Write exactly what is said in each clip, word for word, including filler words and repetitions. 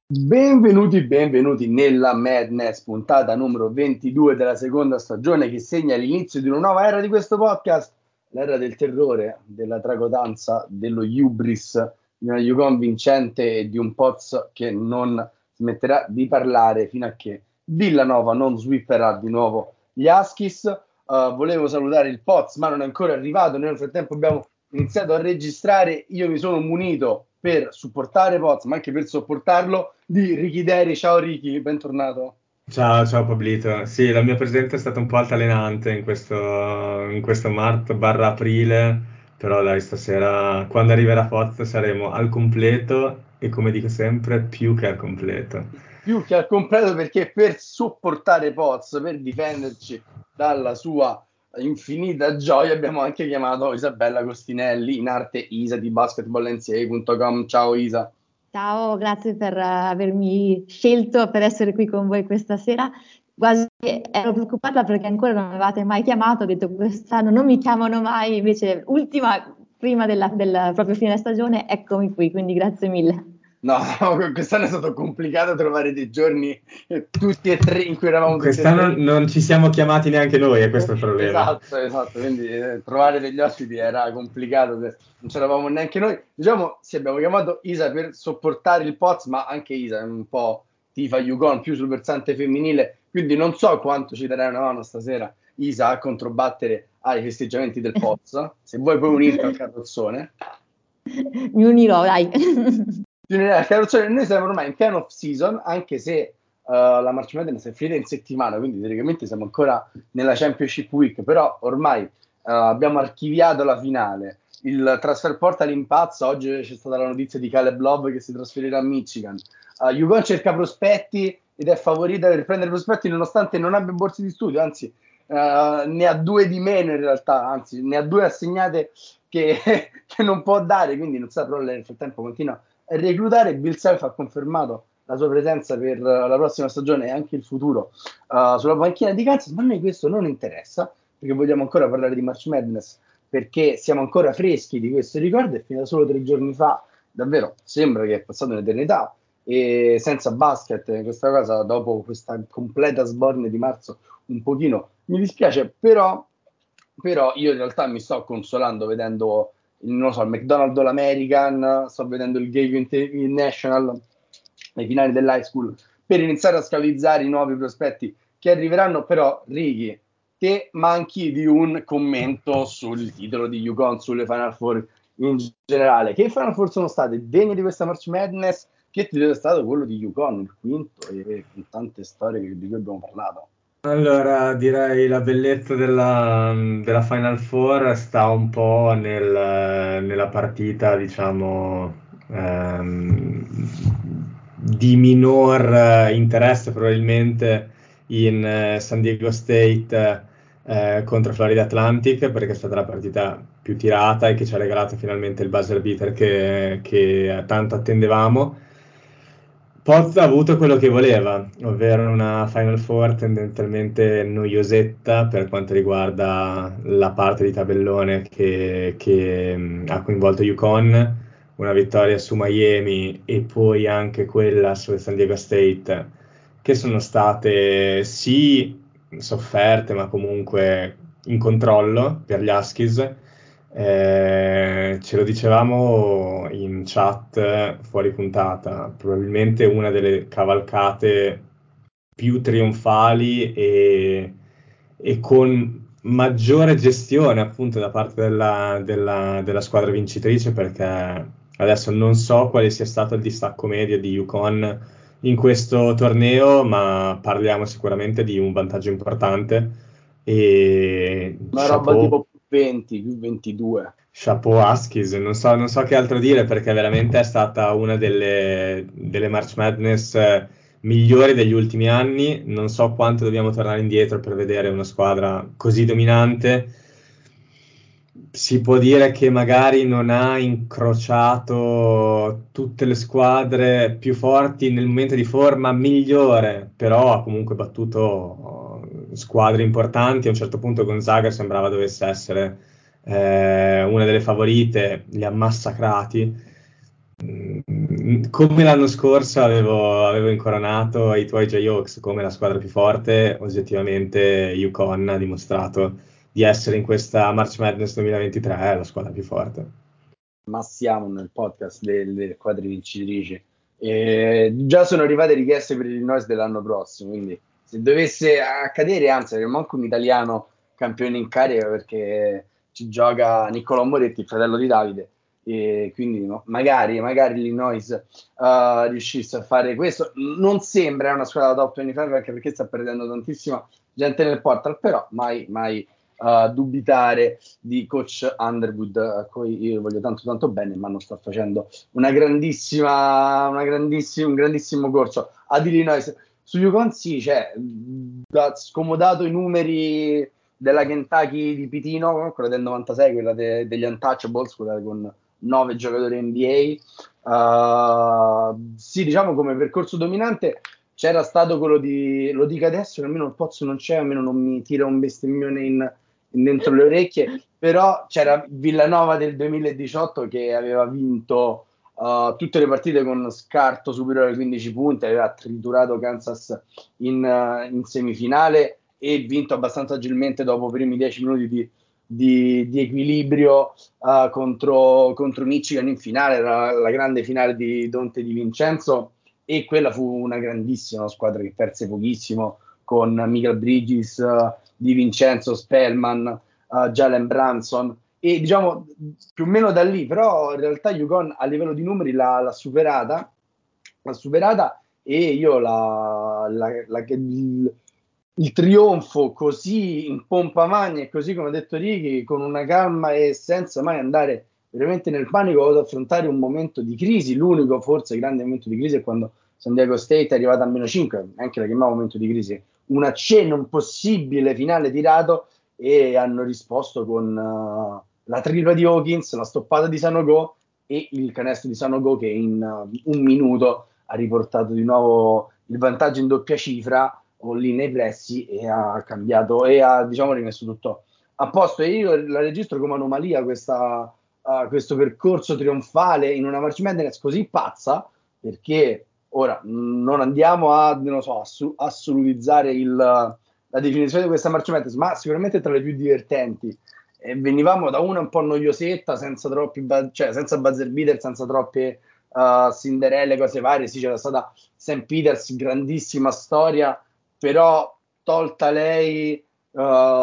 Benvenuti, benvenuti nella Madness, puntata numero ventidue della seconda stagione che segna l'inizio di una nuova era di questo podcast, l'era del terrore, della tracotanza, dello hubris, di una Yukon vincente e di un Poz che non smetterà di parlare fino a che Villanova non swipperà di nuovo gli Huskies. Uh, volevo salutare il Poz, ma non è ancora arrivato. Noi nel frattempo abbiamo iniziato a registrare. Io mi sono munito per supportare Poz, ma anche per sopportarlo, di Ricky Deri. Ciao Ricky, bentornato. Ciao, ciao Pablito. Sì, la mia presenza è stata un po' altalenante in questo, in questo marzo barra aprile, però dai, stasera quando arriverà Foz saremo al completo e come dico sempre, più che al completo. Più che al completo, perché per supportare Poz, per difenderci dalla sua infinita gioia, abbiamo anche chiamato Isabella Costinelli, in arte Isa di basketballensiei punto com. Ciao Isa. Ciao, grazie per eh, avermi scelto per essere qui con voi questa sera. Quasi ero preoccupata perché ancora non mi avevate mai chiamato, ho detto quest'anno non mi chiamano mai, invece ultima, prima della, del proprio fine stagione, eccomi qui, quindi grazie mille. No, no, quest'anno è stato complicato trovare dei giorni eh, tutti e tre in cui eravamo tutti e Quest'anno tre. non ci siamo chiamati neanche noi, e questo è il problema. Esatto, esatto, quindi eh, trovare degli ospiti era complicato, se non c'eravamo neanche noi. Diciamo, sì, abbiamo chiamato Isa per sopportare il Poz, ma anche Isa è un po' tifa Yukon, più sul versante femminile, quindi non so quanto ci darai una mano stasera, Isa, a controbattere ai festeggiamenti del Poz. Se vuoi puoi unirti al carrozzone. Mi unirò, dai. Al carrozzone, noi siamo ormai in pieno off season, anche se uh, la March Madness è finita in settimana, quindi teoricamente siamo ancora nella Championship Week, però ormai uh, abbiamo archiviato la finale. Il transfer portal impazza, oggi c'è stata la notizia di Caleb Love che si trasferirà a Michigan. Uh, Yukon cerca prospetti ed è favorita per prendere prospetti nonostante non abbia borse di studio, anzi uh, ne ha due di meno in realtà, anzi ne ha due assegnate che, che non può dare, quindi non sa, però nel frattempo continua reclutare. Bill Self ha confermato la sua presenza per la prossima stagione e anche il futuro uh, sulla panchina di Kansas, ma a noi questo non interessa perché vogliamo ancora parlare di March Madness, perché siamo ancora freschi di questo ricordo. È finita solo tre giorni fa, davvero sembra che è passata un'eternità, e senza basket questa cosa, dopo questa completa sborne di marzo, un pochino mi dispiace, però, però io in realtà mi sto consolando vedendo non so, il McDonald's All-American, sto vedendo il Game National, le finali dell'high school, per iniziare a scavizzare i nuovi prospetti che arriveranno. Però Ricky, te manchi di un commento sul titolo di Yukon, sulle Final Four in generale. Che Final Four sono state degne di questa March Madness? Che titolo è stato quello di Yukon, il quinto, e con tante storie di cui abbiamo parlato? Allora, direi la bellezza della, della Final Four sta un po' nel- nella partita, diciamo, ehm, di minor eh, interesse probabilmente in eh, San Diego State eh, contro Florida Atlantic, perché è stata la partita più tirata e che ci ha regalato finalmente il buzzer beater che, che tanto attendevamo. Poz ha avuto quello che voleva, ovvero una Final Four tendenzialmente noiosetta per quanto riguarda la parte di tabellone che, che, mh, ha coinvolto UConn, una vittoria su Miami e poi anche quella su San Diego State, che sono state sì sofferte, ma comunque in controllo per gli Huskies. Eh, ce lo dicevamo in chat fuori puntata, probabilmente una delle cavalcate più trionfali e, e con maggiore gestione appunto da parte della, della- della squadra vincitrice, perché adesso non so quale sia stato il distacco medio di UConn in questo torneo, ma parliamo sicuramente di un vantaggio importante e Una roba chapeau. tipo più venti, più ventidue. Chapeau Huskies, non so, non so che altro dire perché veramente è stata una delle, delle March Madness eh, migliori degli ultimi anni. Non so quanto dobbiamo tornare indietro per vedere una squadra così dominante. Si può dire che magari non ha incrociato tutte le squadre più forti nel momento di forma migliore, però ha comunque battuto eh, squadre importanti. A un certo punto Gonzaga sembrava dovesse essere eh, una delle favorite, li ha massacrati. Mm, come l'anno scorso avevo, avevo incoronato i tuoi Jayhawks come la squadra più forte, oggettivamente UConn ha dimostrato di essere in questa March Madness duemilaventitré la squadra più forte. Ma siamo nel podcast delle squadre vincitrici. E già sono arrivate richieste per Illinois dell'anno prossimo, quindi se dovesse accadere, anzi, avremo anche un italiano campione in carica perché ci gioca Niccolò Moretti, il fratello di Davide, e quindi no, magari, magari l'Illinois uh, riuscisse a fare questo. Non sembra una squadra da top venticinque anche perché sta perdendo tantissima gente nel portal, però mai, mai uh, dubitare di coach Underwood, a cui io voglio tanto tanto bene, ma non sta facendo una grandissima, una grandissima, un grandissimo corso ad Illinois. Su UConn sì, cioè, ha scomodato i numeri della Kentucky di Pitino, quella del novantasei, quella de- degli Untouchables, quella con nove giocatori N B A. Uh, sì, diciamo come percorso dominante c'era stato quello di, lo dico adesso, che almeno il Pozzo non c'è, almeno non mi tira un bestemmione in, in dentro le orecchie, però c'era Villanova del duemiladiciotto che aveva vinto uh, tutte le partite con scarto superiore ai quindici punti, aveva triturato Kansas in, uh, in semifinale e vinto abbastanza agilmente dopo i primi dieci minuti di, di, di equilibrio uh, contro, contro Michigan in finale, la, la grande finale di Dante Di Vincenzo, e quella fu una grandissima squadra che perse pochissimo con Michael Bridges, uh, Di Vincenzo, Spellman, uh, Jalen Branson, e diciamo più o meno da lì, però in realtà UConn a livello di numeri l'ha, l'ha superata, l'ha superata e io la, la, la, il, il trionfo così in pompa magna e così come ha detto Ricky, con una calma e senza mai andare veramente nel panico ad affrontare un momento di crisi. L'unico forse grande momento di crisi è quando San Diego State è arrivata a meno cinque, anche la chiamava momento di crisi, un accenno, un possibile finale tirato, e hanno risposto con uh, la tripla di Hawkins, la stoppata di Sanogo e il canestro di Sanogo che in uh, un minuto ha riportato di nuovo il vantaggio in doppia cifra o lì nei pressi e ha cambiato e ha, diciamo, rimesso tutto a posto. E io la registro come anomalia questa, uh, questo percorso trionfale in una March Madness così pazza, perché ora non andiamo a, non so, assu- assolutizzare il, la definizione di questa March Madness, ma sicuramente tra le più divertenti. E venivamo da una un po' noiosetta, senza troppi, cioè senza buzzer beater, senza troppe uh, Cinderelle, cose varie. Sì, c'era stata Saint Peters, grandissima storia, però tolta lei uh,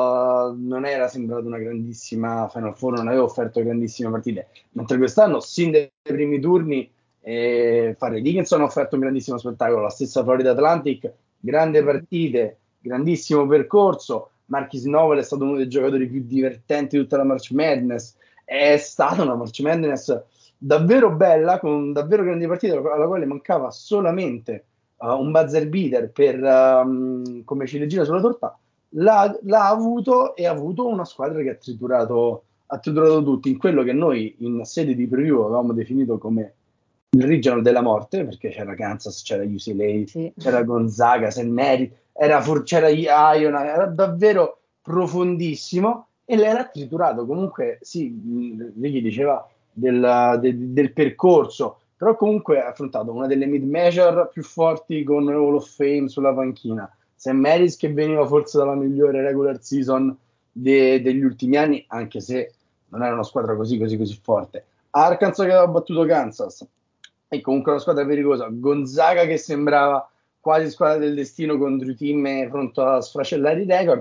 non era sembrata una grandissima Final Four, non aveva offerto grandissime partite, mentre quest'anno sin dai primi turni eh, Farid Dickinson ha offerto un grandissimo spettacolo, la stessa Florida Atlantic, grande partite, grandissimo percorso. Marquis Nowell è stato uno dei giocatori più divertenti di tutta la March Madness, è stata una March Madness davvero bella, con davvero grandi partite alla quale mancava solamente uh, un buzzer beater per, um, come ciliegina sulla torta. L'ha, l'ha avuto, e ha avuto una squadra che ha triturato, ha triturato tutti in quello che noi in sede di preview avevamo definito come il regional della morte, perché c'era Kansas, c'era U C L A, sì, c'era Gonzaga, Saint Mary, era for- c'era Iona, era davvero profondissimo e l'era triturato. Comunque sì, Ricky diceva del, de, del percorso, però comunque ha affrontato una delle mid-major più forti con Hall of Fame sulla panchina, Saint Mary's che veniva forse dalla migliore regular season de, degli ultimi anni, anche se non era una squadra così così così forte, Arkansas che aveva battuto Kansas, e comunque una squadra pericolosa, Gonzaga che sembrava quasi squadra del destino con Drew Team pronto a sfracellare i record,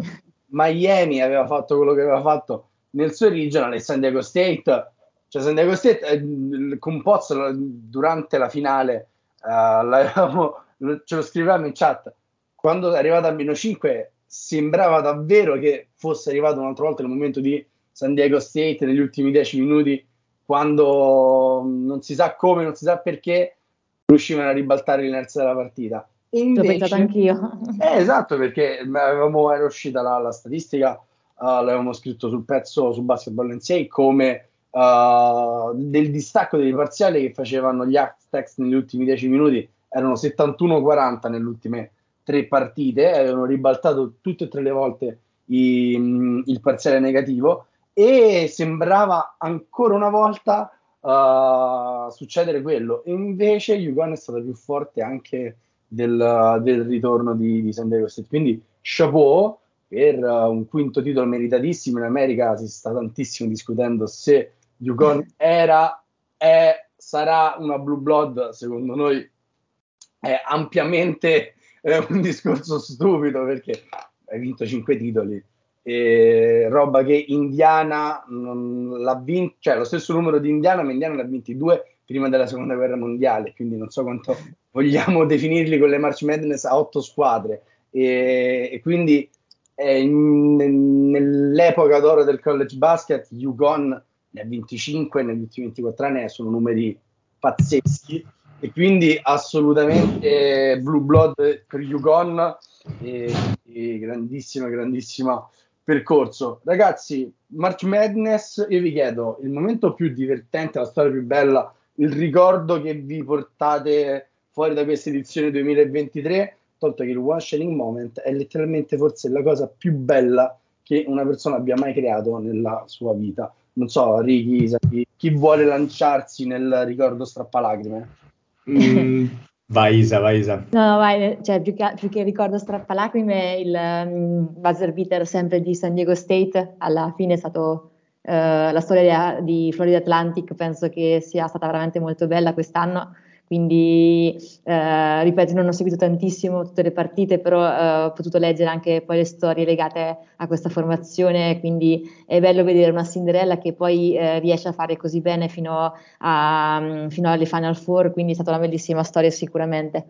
Miami aveva fatto quello che aveva fatto nel suo regional, e San Diego State, cioè San Diego State eh, con Pozzo durante la finale eh, ce lo scrivevamo in chat, quando è arrivata a meno cinque sembrava davvero che fosse arrivato un'altra volta il momento di San Diego State negli ultimi dieci minuti, quando non si sa come, non si sa perché, riuscivano a ribaltare l'inerzia della partita. E invece, l'ho pensato anch'io. Eh, esatto, perché avevamo, era uscita la, la statistica, uh, l'avevamo scritto sul pezzo su Basketball N C A A come uh, del distacco dei parziali che facevano gli Aztecs negli ultimi dieci minuti, erano settantuno quaranta nelle ultime tre partite, avevano ribaltato tutte e tre le volte i, il parziale negativo, e sembrava ancora una volta uh, succedere quello. E invece UConn è stata più forte anche del, del ritorno di, di San Diego State. Quindi chapeau per uh, un quinto titolo meritatissimo. In America si sta tantissimo discutendo se UConn era, è, sarà una Blue Blood. Secondo noi è ampiamente eh, un discorso stupido, perché hai vinto cinque titoli, e roba che Indiana non l'ha vinto, cioè lo stesso numero di Indiana, ma Indiana ne ha vinti due prima della seconda guerra mondiale, quindi non so quanto vogliamo definirli con le March Madness a otto squadre, e, e quindi eh, in, nell'epoca d'oro del college basket UConn ne ha venticinque negli ultimi ventiquattro anni, sono numeri pazzeschi, e quindi assolutamente Blue Blood per UConn, e, e grandissima, grandissima percorso. Ragazzi, March Madness, io vi chiedo il momento più divertente, la storia più bella, il ricordo che vi portate fuori da questa edizione duemilaventitré, tolto che il One Shining Moment è letteralmente forse la cosa più bella che una persona abbia mai creato nella sua vita. Non so, Ricky, Isa, chi, chi vuole lanciarsi nel ricordo strappalacrime? Mm, vai Isa, vai Isa. No, no, vai, cioè, più che, più che ricordo strappalacrime, il um, buzzer beater sempre di San Diego State, alla fine è stato eh, la storia di, di Florida Atlantic, penso che sia stata veramente molto bella quest'anno, quindi eh, ripeto, non ho seguito tantissimo tutte le partite, però eh, ho potuto leggere anche poi le storie legate a questa formazione, quindi è bello vedere una Cinderella che poi eh, riesce a fare così bene fino, a, fino alle Final Four, quindi è stata una bellissima storia sicuramente.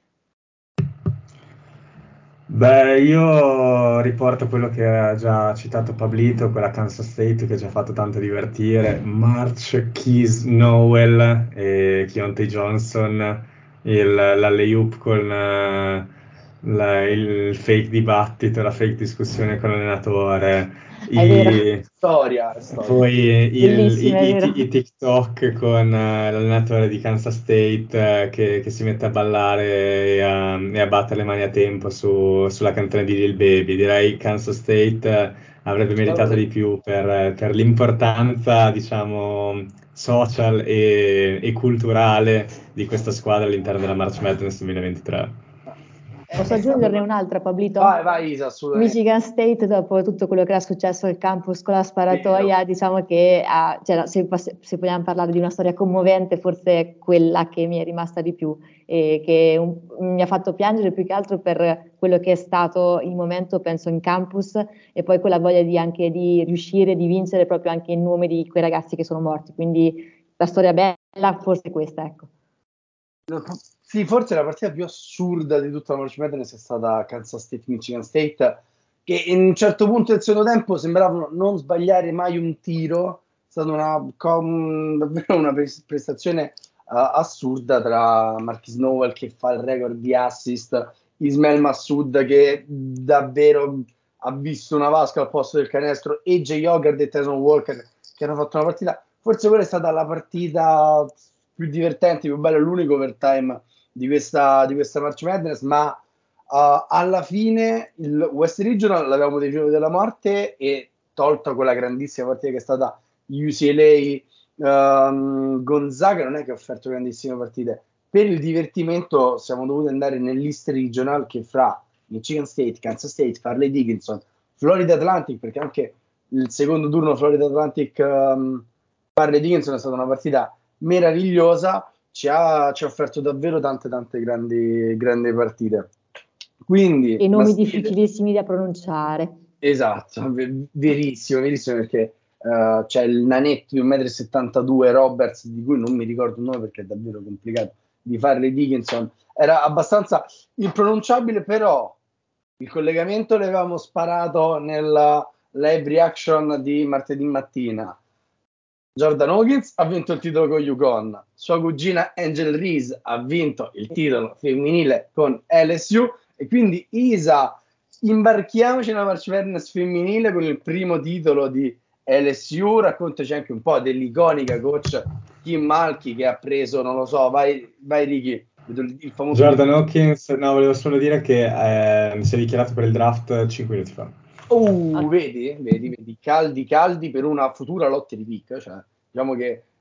Beh, io riporto quello che ha già citato Pablito, quella Kansas State che ci ha fatto tanto divertire, March, Keys, Nowell e Keontae Johnson, il, l'alley-oop con eh, la- il fake dibattito, la fake discussione con l'allenatore, È vero, i, Storia, storia. poi il- bellissimo, è i, vero. i- i TikTok con eh, l'allenatore di Kansas State eh, che, che si mette a ballare e a, e a battere le mani a tempo su- sulla canzone di Lil Baby. Direi Kansas State eh, avrebbe meritato di più per, per l'importanza, diciamo, social e, e culturale di questa squadra all'interno della March Madness duemilaventitré. È, Posso è stato... aggiungerne un'altra, Vai, Pablito? vai Isa, assolutamente. Michigan State, dopo tutto quello che era successo al campus con la Vero. sparatoria, diciamo che ha- cioè, se, se vogliamo parlare di una storia commovente, forse è quella che mi è rimasta di più e che un- mi ha fatto piangere più che altro per quello che è stato il momento, penso, in campus e poi quella voglia di anche di riuscire, di vincere proprio anche in nome di quei ragazzi che sono morti. Quindi la storia bella, forse è questa, ecco. Sì, forse la partita più assurda di tutta la March Madness è stata Kansas State-Michigan State, che in un certo punto del secondo tempo sembravano non sbagliare mai un tiro. È stata una, com- davvero una pres- prestazione uh, assurda tra Marquis Nowell che fa il record di assist, Ismael Massoud che davvero ha visto una vasca al posto del canestro, e Jay Hoggard e Tyson Walker che hanno fatto una partita. Forse quella è stata la partita più divertente, più bella, l'unico overtime di questa, di questa March Madness, ma uh, alla fine il West Regional l'avevamo deciso della morte, e tolta quella grandissima partita che è stata U C L A um, Gonzaga, non è che ha offerto grandissime partite. Per il divertimento siamo dovuti andare nell'East Regional, che fra Michigan State, Kansas State, Fairleigh Dickinson, Florida Atlantic, perché anche il secondo turno Florida Atlantic um, Fairleigh Dickinson è stata una partita meravigliosa, ci ha, ci ha offerto davvero tante tante grandi, grandi partite. Quindi E la nomi sfida, difficilissimi da pronunciare. esatto, ve- verissimo, verissimo, perché eh, c'è il nanetto di uno virgola settantadue m Roberts, di cui non mi ricordo il nome perché è davvero complicato, di Farley Dickinson. Era abbastanza impronunciabile, però il collegamento l'avevamo sparato nella live reaction di martedì mattina. Jordan Hawkins ha vinto il titolo con UConn, sua cugina Angel Reese ha vinto il titolo femminile con L S U, e quindi Isa, imbarchiamoci nella March Madness femminile con il primo titolo di L S U. Raccontaci anche un po' dell'iconica coach Kim Malky che ha preso, non lo so, vai, vai Ricky, il famoso Jordan discorso. Hawkins, no, volevo solo dire che eh, si è dichiarato per il draft cinque minuti fa. Uh, vedi, vedi, vedi, caldi, caldi per una futura lotta di pick. Cioè, diciamo che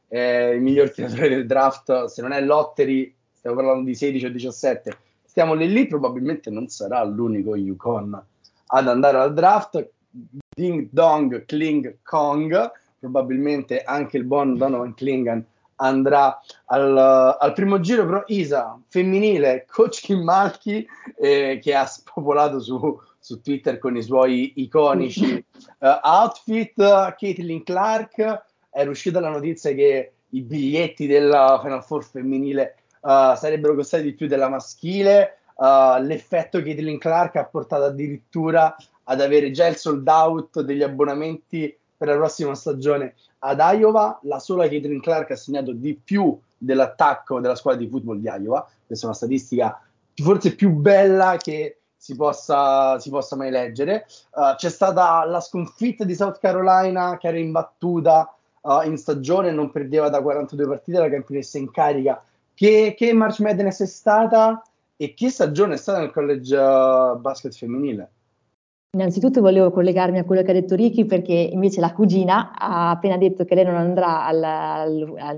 eh, il miglior tiratore del draft, se non è Lottery, stiamo parlando di sedici o diciassette, stiamo lì lì, probabilmente non sarà l'unico UConn ad andare al draft. Ding dong, Kling Kong, probabilmente anche il buon Donovan Clingan andrà al, al primo giro. Però Isa, femminile, coach Kim Malky, eh, che ha spopolato su, su Twitter con i suoi iconici uh, outfit. Caitlin Clark, è uscita la notizia che i biglietti della Final Four femminile uh, sarebbero costati di più della maschile. Uh, l'effetto Caitlin Clark ha portato addirittura ad avere già il sold out degli abbonamenti per la prossima stagione ad Iowa. La sola Caitlin Clark ha segnato di più dell'attacco della squadra di football di Iowa. Questa è una statistica forse più bella che si possa, si possa mai leggere. Uh, c'è stata la sconfitta di South Carolina, che era imbattuta uh, in stagione, non perdeva da quarantadue partite, la campionessa in carica. Che, che March Madness è stata e che stagione è stata nel college uh, basket femminile? Innanzitutto volevo collegarmi a quello che ha detto Ricky, perché invece la cugina ha appena detto che lei non andrà al, al, al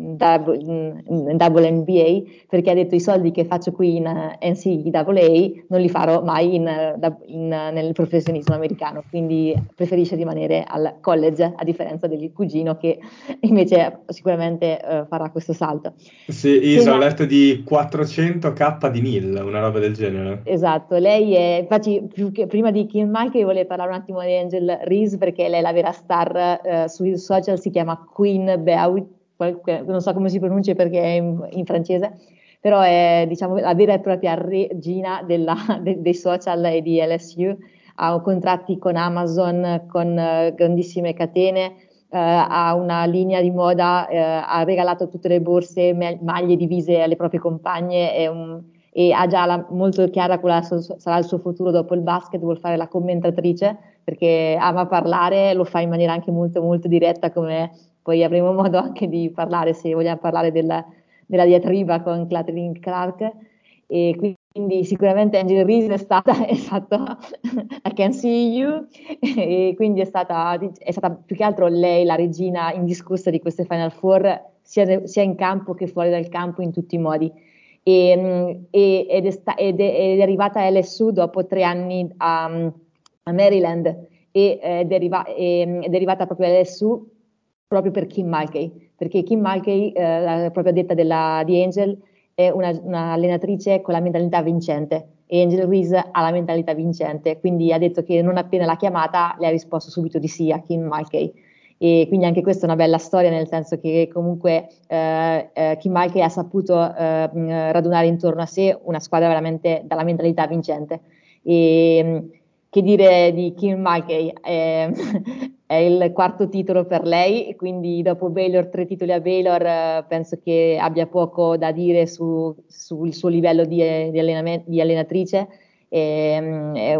double N B A, perché ha detto i soldi che faccio qui in N C A A non li farò mai in, in, nel professionismo americano, quindi preferisce rimanere al college, a differenza del cugino che invece sicuramente uh, farà questo salto. Sì, Isa, ho letto di quattrocento K di Nil, una roba del genere. Esatto, lei è, infatti, più che, prima di Kim Malky volevo parlare un attimo di Angel Reese, perché lei è la vera star, eh, sui social si chiama Queen Beau, non so come si pronuncia perché è in, in francese, però è, diciamo, la vera e propria regina della, de, dei social e di L S U. Ha contratti con Amazon, con uh, grandissime catene, Uh, ha una linea di moda, uh, ha regalato tutte le borse, me- maglie divise alle proprie compagne, è un, e ha già la, molto chiara qual sarà il suo futuro dopo il basket. Vuol fare la commentatrice perché ama parlare, lo fa in maniera anche molto molto diretta, come poi avremo modo anche di parlare se vogliamo parlare della, della diatriba con Caitlin Clark. E quindi sicuramente Angel Reese è stata, è stata I can see you, e quindi è stata, è stata più che altro lei la regina indiscussa di queste Final Four, sia, sia in campo che fuori dal campo, in tutti i modi. E, e, ed, è sta, ed, è, ed è arrivata a L S U dopo tre anni a, a Maryland, e, ed, è arriva, ed è arrivata proprio a L S U proprio per Kim Mulkey, perché Kim Mulkey, eh, la propria detta della, di Angel, è una, una allenatrice con la mentalità vincente, e Angel Reese ha la mentalità vincente, quindi ha detto che non appena l'ha chiamata le ha risposto subito di sì a Kim Mulkey. E quindi anche questa è una bella storia, nel senso che comunque eh, eh, Kim Mulkey ha saputo eh, radunare intorno a sé una squadra veramente dalla mentalità vincente. E che dire di Kim Mulkey? Eh, è il quarto titolo per lei, quindi dopo Baylor, tre titoli a Baylor, eh, penso che abbia poco da dire su, sul suo livello di, di, allenam- di allenatrice. E, e,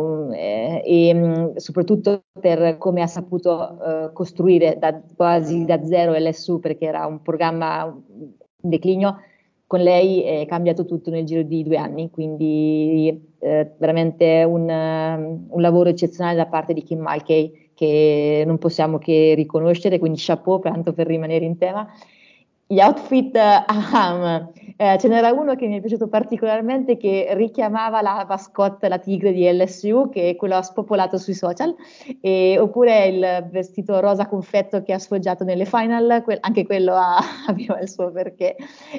e soprattutto per come ha saputo uh, costruire da, quasi da zero L S U, perché era un programma in declino. Con lei è cambiato tutto nel giro di due anni, quindi eh, veramente un, um, un lavoro eccezionale da parte di Kim Mulkey, che non possiamo che riconoscere, quindi chapeau, tanto per rimanere in tema. Gli outfit, ah, eh, ce n'era uno che mi è piaciuto particolarmente, che richiamava la mascotte, la tigre di L S U, che quello ha spopolato sui social, e, oppure il vestito rosa confetto che ha sfoggiato nelle final, que- anche quello ha, aveva il suo perché,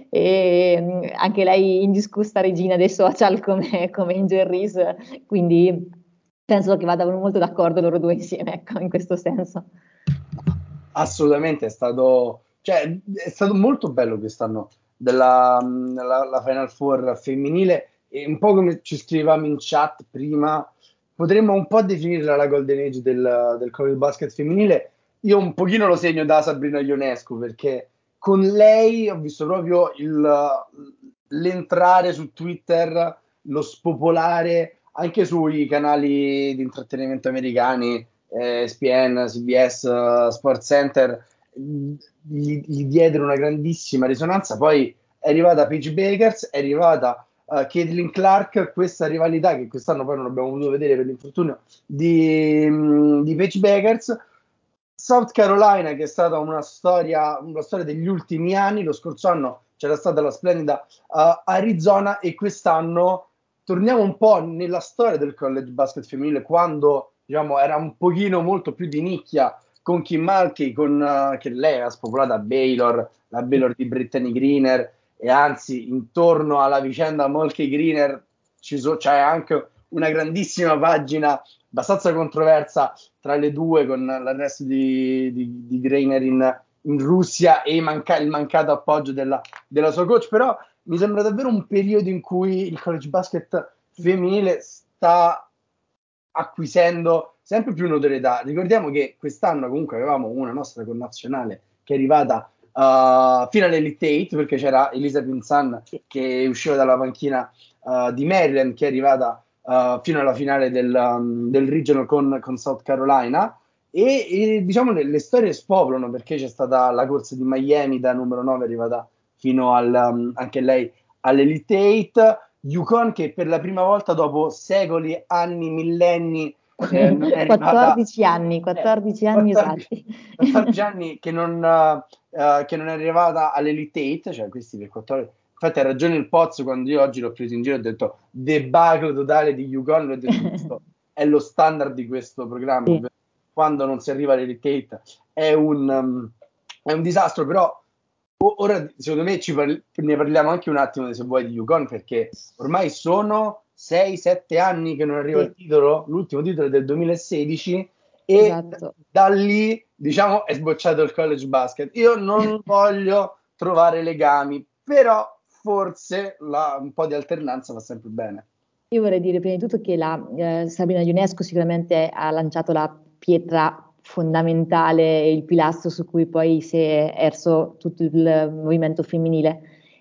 e anche lei indiscussa regina dei social come, come Angel Reese, quindi penso che vadano molto d'accordo loro due insieme, ecco, in questo senso. Assolutamente, è stato, cioè, è stato molto bello quest'anno della la, la Final Four femminile, e un po' come ci scrivevamo in chat prima, potremmo un po' definirla la golden age del, del college basket femminile. Io un pochino lo segno da Sabrina Ionescu, perché con lei ho visto proprio il, l'entrare su Twitter, lo spopolare anche sui canali di intrattenimento americani, eh, E S P N, C B S, uh, Sports Center, gli, gli diedero una grandissima risonanza. Poi è arrivata Paige Bakers, è arrivata uh, Caitlin Clark, questa rivalità che quest'anno poi non abbiamo voluto vedere per l'infortunio di, um, di Paige Bakers. South Carolina, che è stata una storia, una storia degli ultimi anni. Lo scorso anno c'era stata la splendida uh, Arizona, e quest'anno torniamo un po' nella storia del college basket femminile, quando diciamo era un pochino molto più di nicchia, con Kim Mulkey, con, uh, che lei era spopolata a Baylor, la Baylor di Brittany Griner, e anzi intorno alla vicenda Mulkey Griner ci so, c'è anche una grandissima pagina abbastanza controversa tra le due, con l'arresto di, di, di Griner in, in Russia e manca, il mancato appoggio della, della sua coach. Però mi sembra davvero un periodo in cui il college basket femminile sta acquisendo sempre più notorietà. Ricordiamo che quest'anno comunque avevamo una nostra connazionale che è arrivata uh, fino all'Elite otto, perché c'era Elisa Pinzan che usciva dalla panchina uh, di Maryland, che è arrivata uh, fino alla finale del, um, del regional con, con South Carolina. E, e diciamo le, le storie spopolano, perché c'è stata la corsa di Miami da numero nove, arrivata fino al, um, anche lei all'Elite otto. UConn, che per la prima volta dopo secoli, anni, millenni eh, non è arrivata, quattordici anni, quattordici eh, anni quattordici, esatti. quattordici anni che non, uh, che non è arrivata all'Elite otto, cioè questi per quattordici. Infatti ha ragione il Pozzo quando io oggi l'ho preso in giro, ho detto debacle totale di UConn, l'ho detto questo è lo standard di questo programma, Sì. quando non si arriva all'Elite otto è un, um, è un disastro. Però ora secondo me ci parli- ne parliamo anche un attimo, se vuoi, di UConn, perché ormai sono sei sette anni che non arriva Sì. il titolo, l'ultimo titolo è del duemilasedici, e Esatto. da lì diciamo è sbocciato il college basket. Io non voglio trovare legami, però forse la, un po' di alternanza va sempre bene. Io vorrei dire prima di tutto che la eh, Sabrina Ionescu sicuramente ha lanciato la pietra fondamentale e il pilastro su cui poi si è erso tutto il movimento femminile.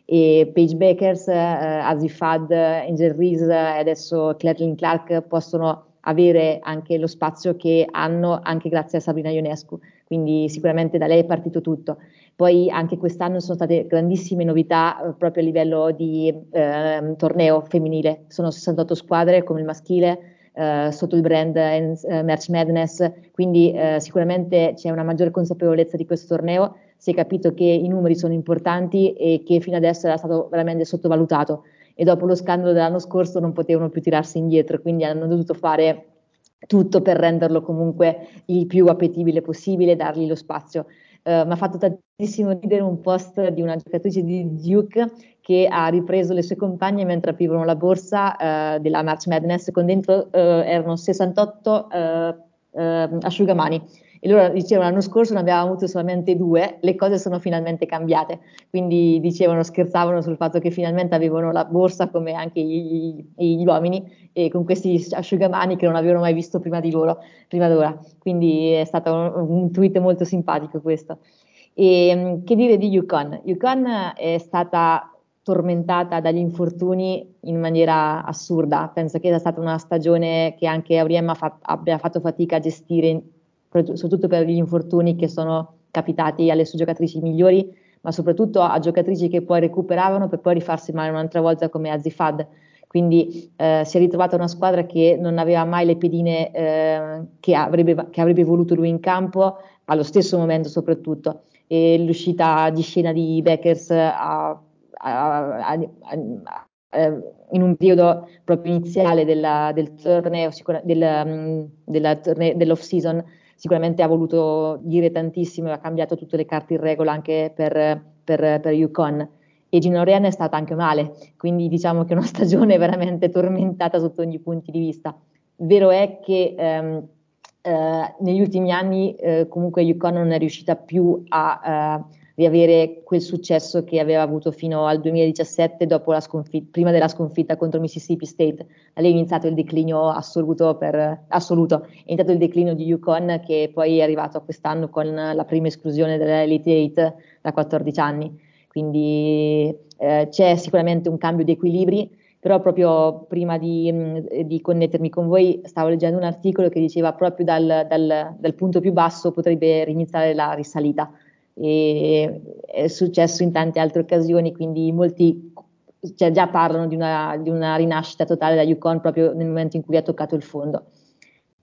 E Paige Bakers, eh, Azzi Fudd, Angel Reese e adesso Caitlin Clark possono avere anche lo spazio che hanno anche grazie a Sabrina Ionescu, quindi sicuramente da lei è partito tutto. Poi anche quest'anno sono state grandissime novità eh, proprio a livello di eh, torneo femminile, sono sessantotto squadre come il maschile eh, sotto il brand eh, March Madness, quindi eh, sicuramente c'è una maggiore consapevolezza di questo torneo, si è capito che i numeri sono importanti e che fino adesso era stato veramente sottovalutato, e dopo lo scandalo dell'anno scorso non potevano più tirarsi indietro, quindi hanno dovuto fare tutto per renderlo comunque il più appetibile possibile, dargli lo spazio. Uh, mi ha fatto tantissimo ridere un post di una giocatrice di Duke che ha ripreso le sue compagne mentre aprivano la borsa uh, della March Madness, con dentro uh, erano sessantotto uh, uh, asciugamani, e loro dicevano l'anno scorso ne avevamo avuto solamente due, le cose sono finalmente cambiate, quindi dicevano, scherzavano sul fatto che finalmente avevano la borsa come anche gli, gli uomini, e con questi asciugamani che non avevano mai visto prima di loro, prima d'ora. Quindi è stato un, un tweet molto simpatico questo. E che dire di UConn? UConn è stata tormentata dagli infortuni in maniera assurda. Penso che sia stata una stagione che anche Auriem fa- abbia fatto fatica a gestire, soprattutto per gli infortuni che sono capitati alle sue giocatrici migliori, ma soprattutto a giocatrici che poi recuperavano per poi rifarsi male un'altra volta come Azzi Fudd. Quindi eh, si è ritrovata una squadra che non aveva mai le pedine eh, che, avrebbe, che avrebbe voluto lui in campo, allo stesso momento soprattutto. E l'uscita di scena di Bakers a, a, a, a, in un periodo proprio iniziale della, del torneo, sicura, del, della, dell'off season, sicuramente ha voluto dire tantissimo e ha cambiato tutte le carte in regola anche per, per, per UConn. E Gino Ryan è stata anche male, quindi diciamo che è una stagione veramente tormentata sotto ogni punto di vista. Vero è che ehm, eh, negli ultimi anni eh, comunque UConn non è riuscita più a eh, riavere quel successo che aveva avuto fino al duemiladiciassette, dopo la sconfitta, prima della sconfitta contro Mississippi State. Da lì è iniziato il declino assoluto, per, assoluto. È iniziato il declino di UConn, che poi è arrivato a quest'anno con la prima esclusione dell'Elite otto da quattordici anni. Quindi eh, c'è sicuramente un cambio di equilibri, però proprio prima di, mh, di connettermi con voi stavo leggendo un articolo che diceva proprio dal, dal, dal punto più basso potrebbe riniziare la risalita, e è successo in tante altre occasioni, quindi molti cioè, già parlano di una, di una rinascita totale da UConn proprio nel momento in cui ha toccato il fondo.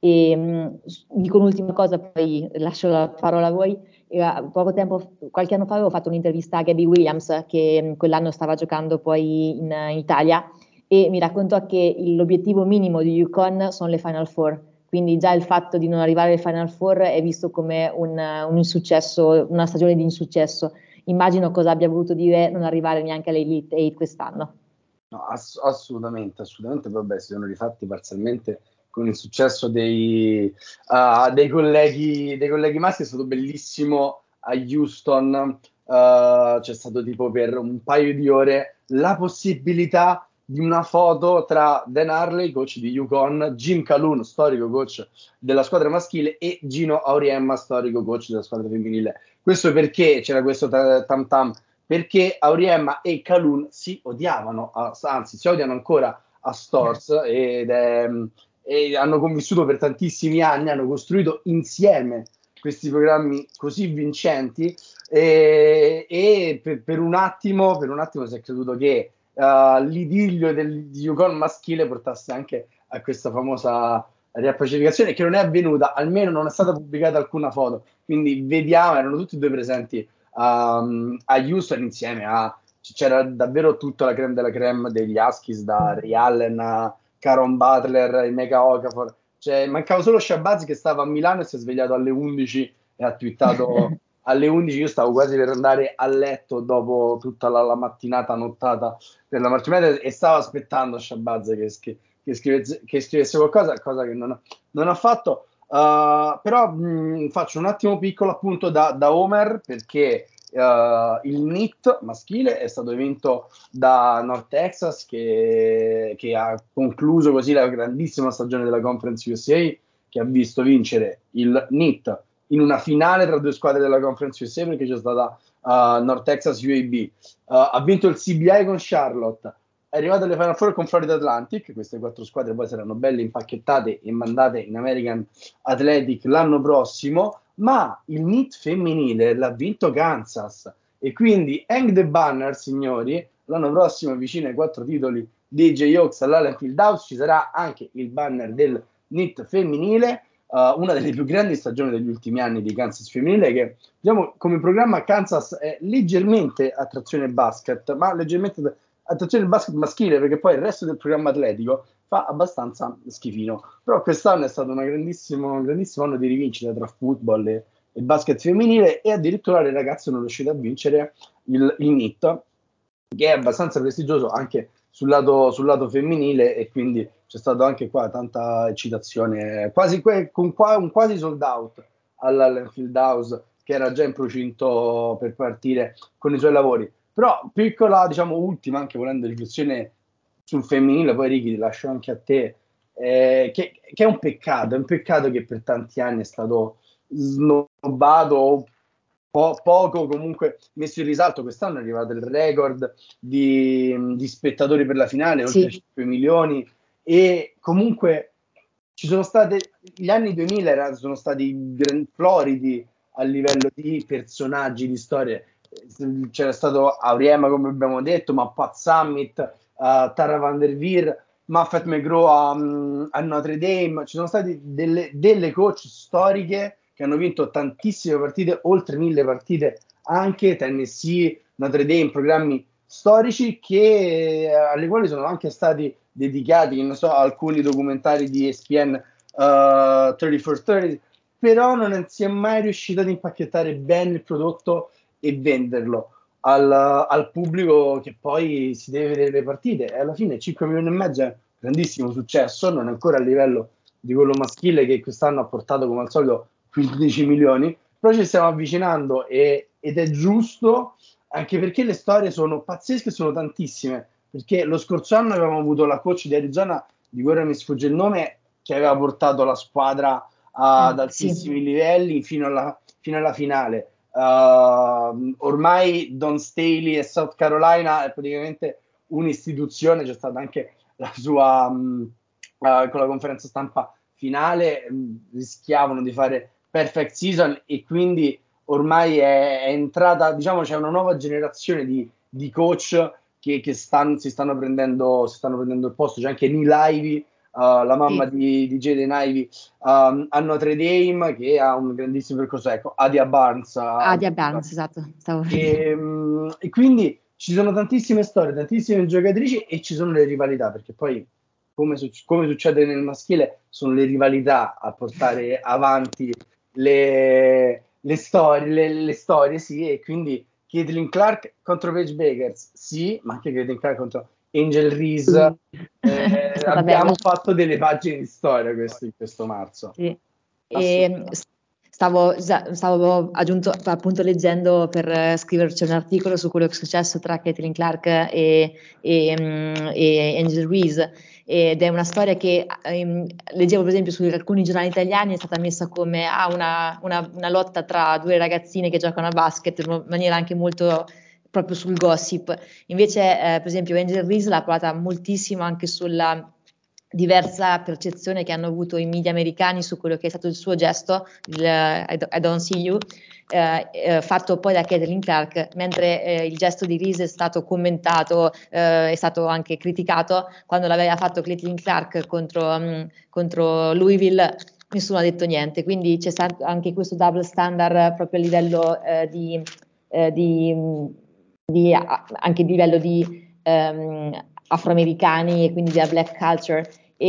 E mh, dico un'ultima cosa, poi lascio la parola a voi. Era poco tempo, qualche anno fa avevo fatto un'intervista a Gabby Williams, che mh, quell'anno stava giocando poi in, in Italia, e mi raccontò che l'obiettivo minimo di UConn sono le Final Four. Quindi già il fatto di non arrivare alle Final Four è visto come un, un insuccesso, una stagione di insuccesso. Immagino cosa abbia voluto dire non arrivare neanche all'Elite Eight quest'anno. No, ass- assolutamente, assolutamente, vabbè, si sono rifatti parzialmente con il successo dei, uh, dei colleghi, dei colleghi maschi. È stato bellissimo a Houston, uh, c'è stato tipo per un paio di ore la possibilità di una foto tra Dan Harley, coach di UConn, Jim Calhoun, storico coach della squadra maschile, e Gino Auriemma, storico coach della squadra femminile. Questo perché c'era questo ta- tam tam? Perché Auriemma e Calhoun si odiavano, anzi si odiano ancora a Stors, ed è, e hanno convissuto per tantissimi anni, hanno costruito insieme questi programmi così vincenti, e, e per, per un attimo per un attimo si è creduto che uh, l'idillio del, di UConn maschile portasse anche a questa famosa riappacificazione, che non è avvenuta, almeno non è stata pubblicata alcuna foto, quindi vediamo, erano tutti e due presenti Um, a Houston insieme a c'era davvero tutta la creme della creme degli Huskies, da Ray Allen a Caron Butler, il Mega Okafor, cioè, mancava solo Shabazz che stava a Milano e si è svegliato alle undici e ha twittato alle undici. Io stavo quasi per andare a letto dopo tutta la, la mattinata nottata per la March Madness e stavo aspettando Shabazz che, che, che, scrivesse, che scrivesse qualcosa, cosa che non, non ha fatto. Uh, però mh, faccio un attimo piccolo appunto da, da Homer, perché uh, il N I T maschile è stato vinto da North Texas, che, che ha concluso così la grandissima stagione della Conference U S A, che ha visto vincere il N I T in una finale tra due squadre della Conference U S A, perché c'è stata uh, North Texas U A B. Uh, ha vinto il C B I con Charlotte, è arrivato alle Final Four con Florida Atlantic. Queste quattro squadre poi saranno belle impacchettate e mandate in American Athletic l'anno prossimo, ma il N I T femminile l'ha vinto Kansas, e quindi hang the banner, signori. L'anno prossimo, vicino ai quattro titoli dei Jayhawks all'Allen Fieldhouse, ci sarà anche il banner del N I T femminile, uh, una delle più grandi stagioni degli ultimi anni di Kansas femminile, che diciamo come programma Kansas è leggermente a trazione basket, ma leggermente attenzione al basket maschile, perché poi il resto del programma atletico fa abbastanza schifino. Però quest'anno è stato una grandissimo, un grandissimo anno di rivincita tra football e, e basket femminile, e addirittura le ragazze sono riuscite a vincere il, il N I T, che è abbastanza prestigioso anche sul lato, sul lato femminile, e quindi c'è stato anche qua tanta eccitazione, quasi con qua, un quasi sold out all'Allen Fieldhouse, che era già in procinto per partire con i suoi lavori. Però piccola, diciamo, ultima, anche volendo riflessione sul femminile, poi Ricky ti lascio anche a te, eh, che, che è un peccato, è un peccato che per tanti anni è stato snobbato, po- poco comunque messo in risalto. Quest'anno è arrivato il record di, di spettatori per la finale, oltre Sì. cinque milioni, e comunque ci sono state, gli anni duemila era, sono stati gran- floridi a livello di personaggi, di storie. C'era stato Auriemma, come abbiamo detto, ma Pat Summitt, uh, Tara Van Der Veer, Muffet McGraw a, um, a Notre Dame. Ci sono state delle, delle coach storiche che hanno vinto tantissime partite, oltre mille partite, anche Tennessee, Notre Dame, programmi storici che, alle quali sono anche stati dedicati, non so, alcuni documentari di E S P N, uh, trenta for trenta, però non si è mai riuscito ad impacchettare bene il prodotto e venderlo al, al pubblico che poi si deve vedere le partite. E alla fine cinque milioni e mezzo è un grandissimo successo, non è ancora a livello di quello maschile, che quest'anno ha portato come al solito quindici milioni, però ci stiamo avvicinando, e, ed è giusto, anche perché le storie sono pazzesche, sono tantissime. Perché lo scorso anno avevamo avuto la coach di Arizona, di cui ora mi sfugge il nome, che aveva portato la squadra ad Eh, altissimi sì. livelli fino alla, fino alla finale. Uh, ormai Don Staley e South Carolina è praticamente un'istituzione. C'è stata anche la sua um, uh, con la conferenza stampa finale, um, rischiavano di fare perfect season, e quindi ormai è, è entrata, diciamo, c'è una nuova generazione di, di coach che, che stanno, si, stanno prendendo, si stanno prendendo il posto. C'è anche Neil Ivey uh, la mamma Sì. di, di Jaden Ivey um, a Notre Dame, che ha un grandissimo percorso, ecco, Adia Barnes. Ah, uh, di Barnes, esatto, stavo e, um, e quindi ci sono tantissime storie, tantissime giocatrici e ci sono le rivalità, perché poi, come, suc- come succede nel maschile, sono le rivalità a portare avanti le, le storie, le, le storie, sì, e quindi Caitlin Clark contro Paige Bakers, sì, ma anche Caitlin Clark contro Angel Reese. Eh, È stata abbiamo bella. fatto delle pagine di storia questo, in questo marzo. Sì. E Assolutamente. s- stavo, già- stavo aggiunto, appunto leggendo per eh, scriverci un articolo su quello che è successo tra Caitlin Clark e, e, mm, e Angel Reese, ed è una storia che ehm, leggevo per esempio su alcuni giornali italiani, è stata messa come ah, una, una- una lotta tra due ragazzine che giocano a basket in maniera anche molto proprio sul gossip. Invece, eh, per esempio, Angel Reese l'ha parlata moltissimo anche sulla diversa percezione che hanno avuto i media americani su quello che è stato il suo gesto, il I, I don't see you, eh, eh, fatto poi da Caitlin Clark, mentre eh, il gesto di Reese è stato commentato, eh, è stato anche criticato, quando l'aveva fatto Caitlin Clark contro, mh, contro Louisville. Nessuno ha detto niente, quindi c'è stato anche questo double standard proprio a livello eh, di, eh, di, di, anche a livello di ehm, afroamericani e quindi della black culture,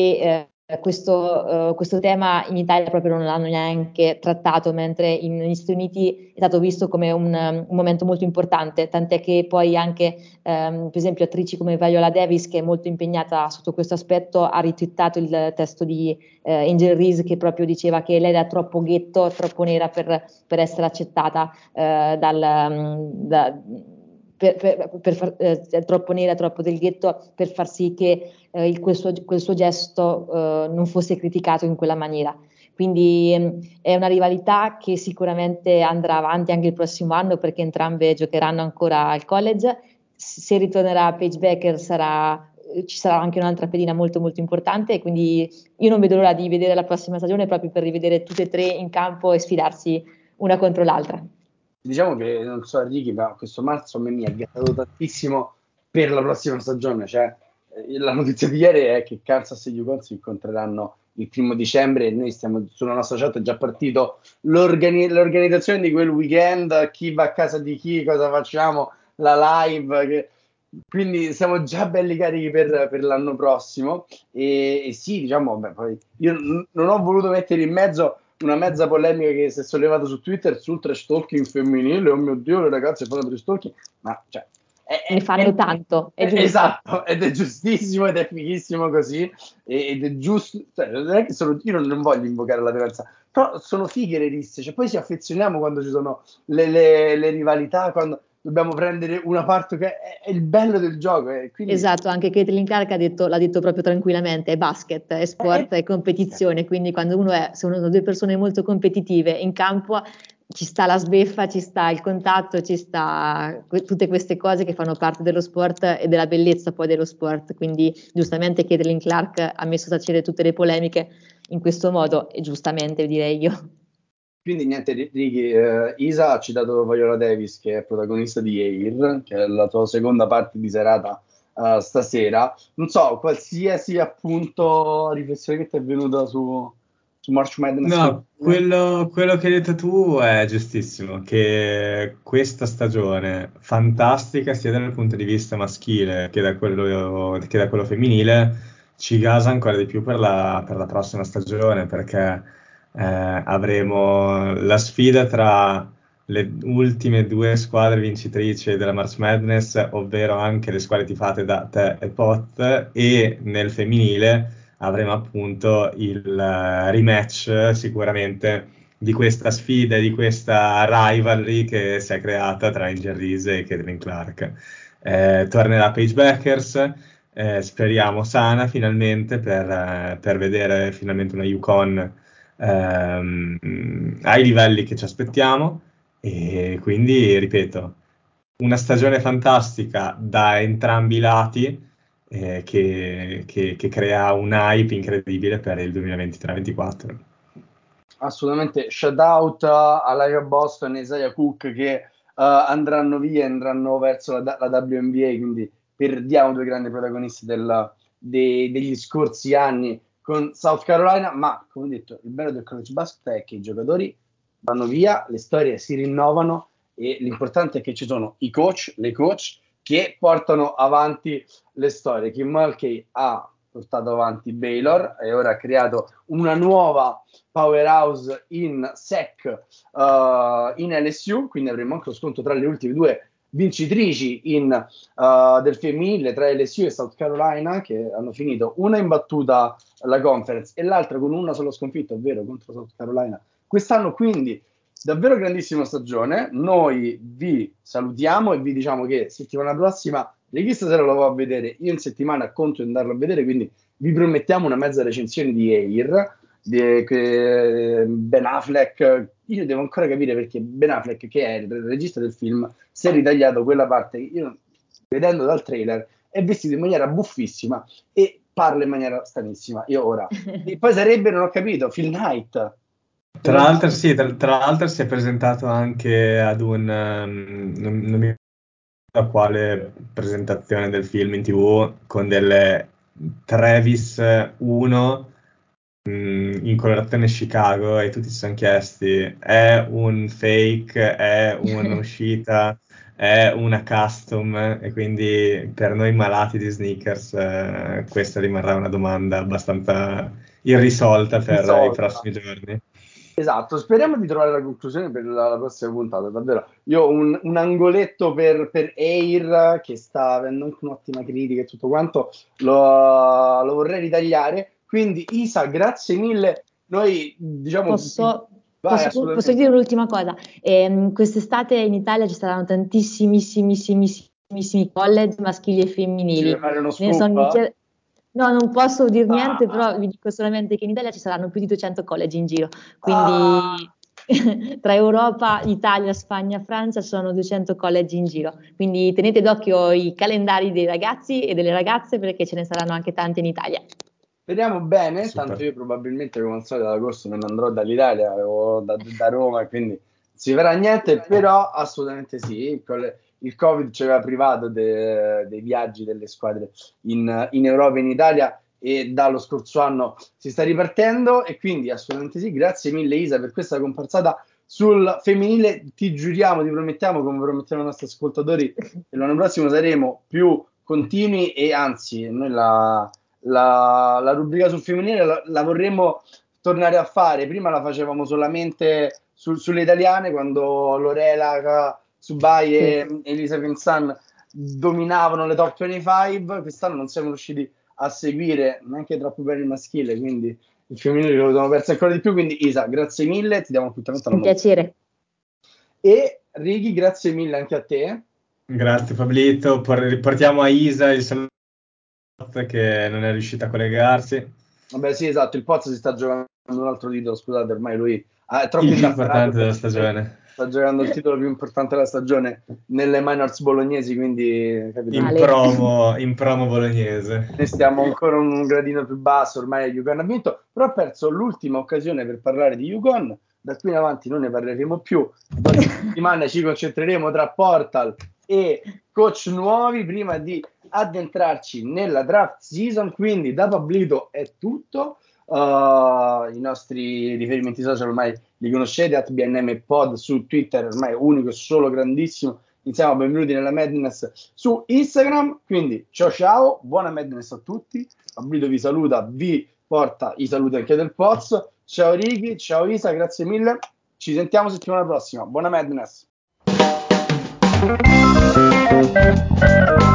e eh, questo, eh, questo tema in Italia proprio non l'hanno neanche trattato, mentre in- negli Stati Uniti è stato visto come un, um, un momento molto importante, tant'è che poi anche ehm, per esempio attrici come Viola Davis, che è molto impegnata sotto questo aspetto, ha ritwittato il testo di eh, Angel Reese, che proprio diceva che lei era troppo ghetto, troppo nera per, per essere accettata eh, dal, um, da, per, per, per far, eh, troppo nera, troppo del ghetto, per far sì che eh, il, quel, suo, quel suo gesto eh, non fosse criticato in quella maniera. Quindi ehm, è una rivalità che sicuramente andrà avanti anche il prossimo anno, perché entrambe giocheranno ancora al college. Se ritornerà Paige Becker sarà, ci sarà anche un'altra pedina molto molto importante, e quindi io non vedo l'ora di vedere la prossima stagione proprio per rivedere tutte e tre in campo e sfidarsi una contro l'altra. Diciamo che, non so, Ricky, ma questo marzo a me mi ha gattato tantissimo per la prossima stagione. Cioè, eh, la notizia di ieri è che Kansas e Yukon si incontreranno il primo dicembre, e noi stiamo sulla nostra chat, è già partito l'organi- l'organizzazione di quel weekend, chi va a casa di chi, cosa facciamo, la live, che- quindi siamo già belli carichi per, per l'anno prossimo. E, e sì, diciamo, beh, poi io n- non ho voluto mettere in mezzo una mezza polemica che si è sollevata su Twitter sul trash talking femminile. Oh mio Dio, le ragazze fanno trash talking, ma cioè, Ne è, è, fanno tanto, è è, giusto. esatto, ed è giustissimo ed è fighissimo così, ed è giusto, cioè, non è che sono, io non, non voglio invocare la violenza, però sono fighe le risse, cioè poi ci affezioniamo quando ci sono le, le, le rivalità, quando dobbiamo prendere una parte che è, è il bello del gioco, e quindi Esatto, anche Caitlin Clark ha detto, l'ha detto proprio tranquillamente, è basket, è è, è, sport, è competizione, quindi quando uno è, sono due persone molto competitive in campo, ci sta la sbeffa, ci sta il contatto, ci sta que- tutte queste cose che fanno parte dello sport e della bellezza poi dello sport, quindi giustamente Caitlin Clark ha messo a tacere tutte le polemiche in questo modo, e giustamente direi io. Quindi niente, Ricky, eh, Isa ha citato Viola Davis, che è protagonista di Air, che è la tua seconda parte di serata eh, stasera. Non so, qualsiasi appunto riflessione che ti è venuta su, su March Madness No, femminile. quello, quello che hai detto tu è giustissimo, che questa stagione fantastica, sia dal punto di vista maschile che da quello, che da quello femminile, ci gasa ancora di più per la, per la prossima stagione, perché eh, avremo la sfida tra le ultime due squadre vincitrici della March Madness, ovvero anche le squadre tifate da Te e Pot, e nel femminile avremo appunto il eh, rematch sicuramente di questa sfida e di questa rivalry che si è creata tra Angel Reese e Caitlin Clark. Eh, tornerà Paige Beckers, eh, speriamo sana finalmente per, eh, per vedere finalmente una Yukon ehm, ai livelli che ci aspettiamo, e quindi ripeto, una stagione fantastica da entrambi i lati, eh, che, che- che crea un hype incredibile per il duemilaventitré-ventiquattro. Assolutamente, shout out a Lyra Boston e Isaiah Cook, che eh, andranno via, andranno verso la, la W N B A, quindi perdiamo due grandi protagonisti del- dei- degli scorsi anni con South Carolina, ma come detto, il bello del college basket è che i giocatori vanno via, le storie si rinnovano e l'importante è che ci sono i coach, le coach che portano avanti le storie. Kim Mulkey ha portato avanti Baylor e ora ha creato una nuova powerhouse in S E C uh, in L S U, quindi avremo anche lo scontro tra le ultime due vincitrici in, uh, del femminile, tra L S U e South Carolina, che hanno finito una imbattuta la conference e l'altra con una sola sconfitta, ovvero contro South Carolina quest'anno. Quindi davvero grandissima stagione. Noi vi salutiamo e vi diciamo che settimana prossima chi stasera lo va a vedere, io in settimana conto di andarlo a vedere, quindi vi promettiamo una mezza recensione di Air, di, che Ben Affleck, io devo ancora capire perché Ben Affleck, che è il regista del film, si è ritagliato quella parte, io vedendo dal trailer, è vestito in maniera buffissima e parla in maniera stranissima. Io ora, e poi sarebbe, non ho capito, Phil Knight. Tra l'altro, sì, tra, tra l'altro si è presentato anche ad un, um, non, non mi ricordo a quale presentazione del film in tivù, con delle Travis uno mh, in colorazione Chicago, e tutti si sono chiesti, è un fake, è un'uscita, è una custom? E quindi per noi malati di sneakers eh, questa rimarrà una domanda abbastanza irrisolta per Risolta. i prossimi giorni. Esatto, speriamo di trovare la conclusione per la, la prossima puntata, davvero. Io ho un, un angoletto per, per Air, che sta avendo anche un'ottima critica e tutto quanto, lo, lo vorrei ritagliare. Quindi Isa, grazie mille. Noi diciamo... Posso, Vai, posso, posso dire l'ultima cosa? Ehm, quest'estate in Italia ci saranno tantissimissimissimi college maschili e femminili. Ci vuoi fare uno Ne sono scoop? iniziati- No, non posso dire Ah. niente, però vi dico solamente che in Italia ci saranno più di duecento college in giro, quindi Ah. tra Europa, Italia, Spagna, Francia ci sono duecento college in giro, quindi tenete d'occhio i calendari dei ragazzi e delle ragazze perché ce ne saranno anche tanti in Italia. Speriamo bene, Super. tanto io probabilmente come al solito ad agosto me ne andrò dall'Italia o da, da Roma, quindi non si farà niente, però assolutamente sì, il, il Covid ci aveva privato de, dei viaggi delle squadre in, in Europa e in Italia e dallo scorso anno si sta ripartendo e quindi assolutamente sì. Grazie mille Isa per questa comparsata sul femminile, ti giuriamo, ti promettiamo, come promettiamo ai nostri ascoltatori, che l'anno prossimo saremo più continui e anzi noi la... La, la rubrica sul femminile la, la vorremmo tornare a fare. Prima la facevamo solamente su, sulle italiane, quando Lorela Subai sì. e Elisa Pinsan dominavano le top venticinque. Quest'anno non siamo riusciti a seguire neanche troppo bene il maschile, quindi il femminile lo abbiamo perso ancora di più. Quindi Isa, grazie mille, ti diamo appuntamento alla un piacere. E Righi, grazie mille anche a te. Grazie Pablito, riportiamo a Isa il saluto che non è riuscita a collegarsi. Vabbè sì, esatto, il Pozzo si sta giocando un altro titolo, scusate, ormai lui ah, è troppo il più importante della stagione. Sta giocando il titolo più importante della stagione nelle minors bolognesi, quindi capito? In promo, in promo bolognese. Noi stiamo ancora un gradino più basso, ormai UConn ha vinto, però ha perso l'ultima occasione per parlare di UConn. Da qui in avanti non ne parleremo più. La prossima settimana ci concentreremo tra portal e coach nuovi prima di addentrarci nella draft season. Quindi da Pablito è tutto. Uh, i nostri riferimenti social ormai li conoscete, at B N M Pod su Twitter, ormai unico e solo grandissimo. Iniziamo, benvenuti nella Madness su Instagram. Quindi ciao ciao, buona Madness a tutti. Pablito vi saluta, vi porta i saluti anche del Poz. Ciao Ricky, ciao Isa, grazie mille. Ci sentiamo settimana prossima. Buona Madness.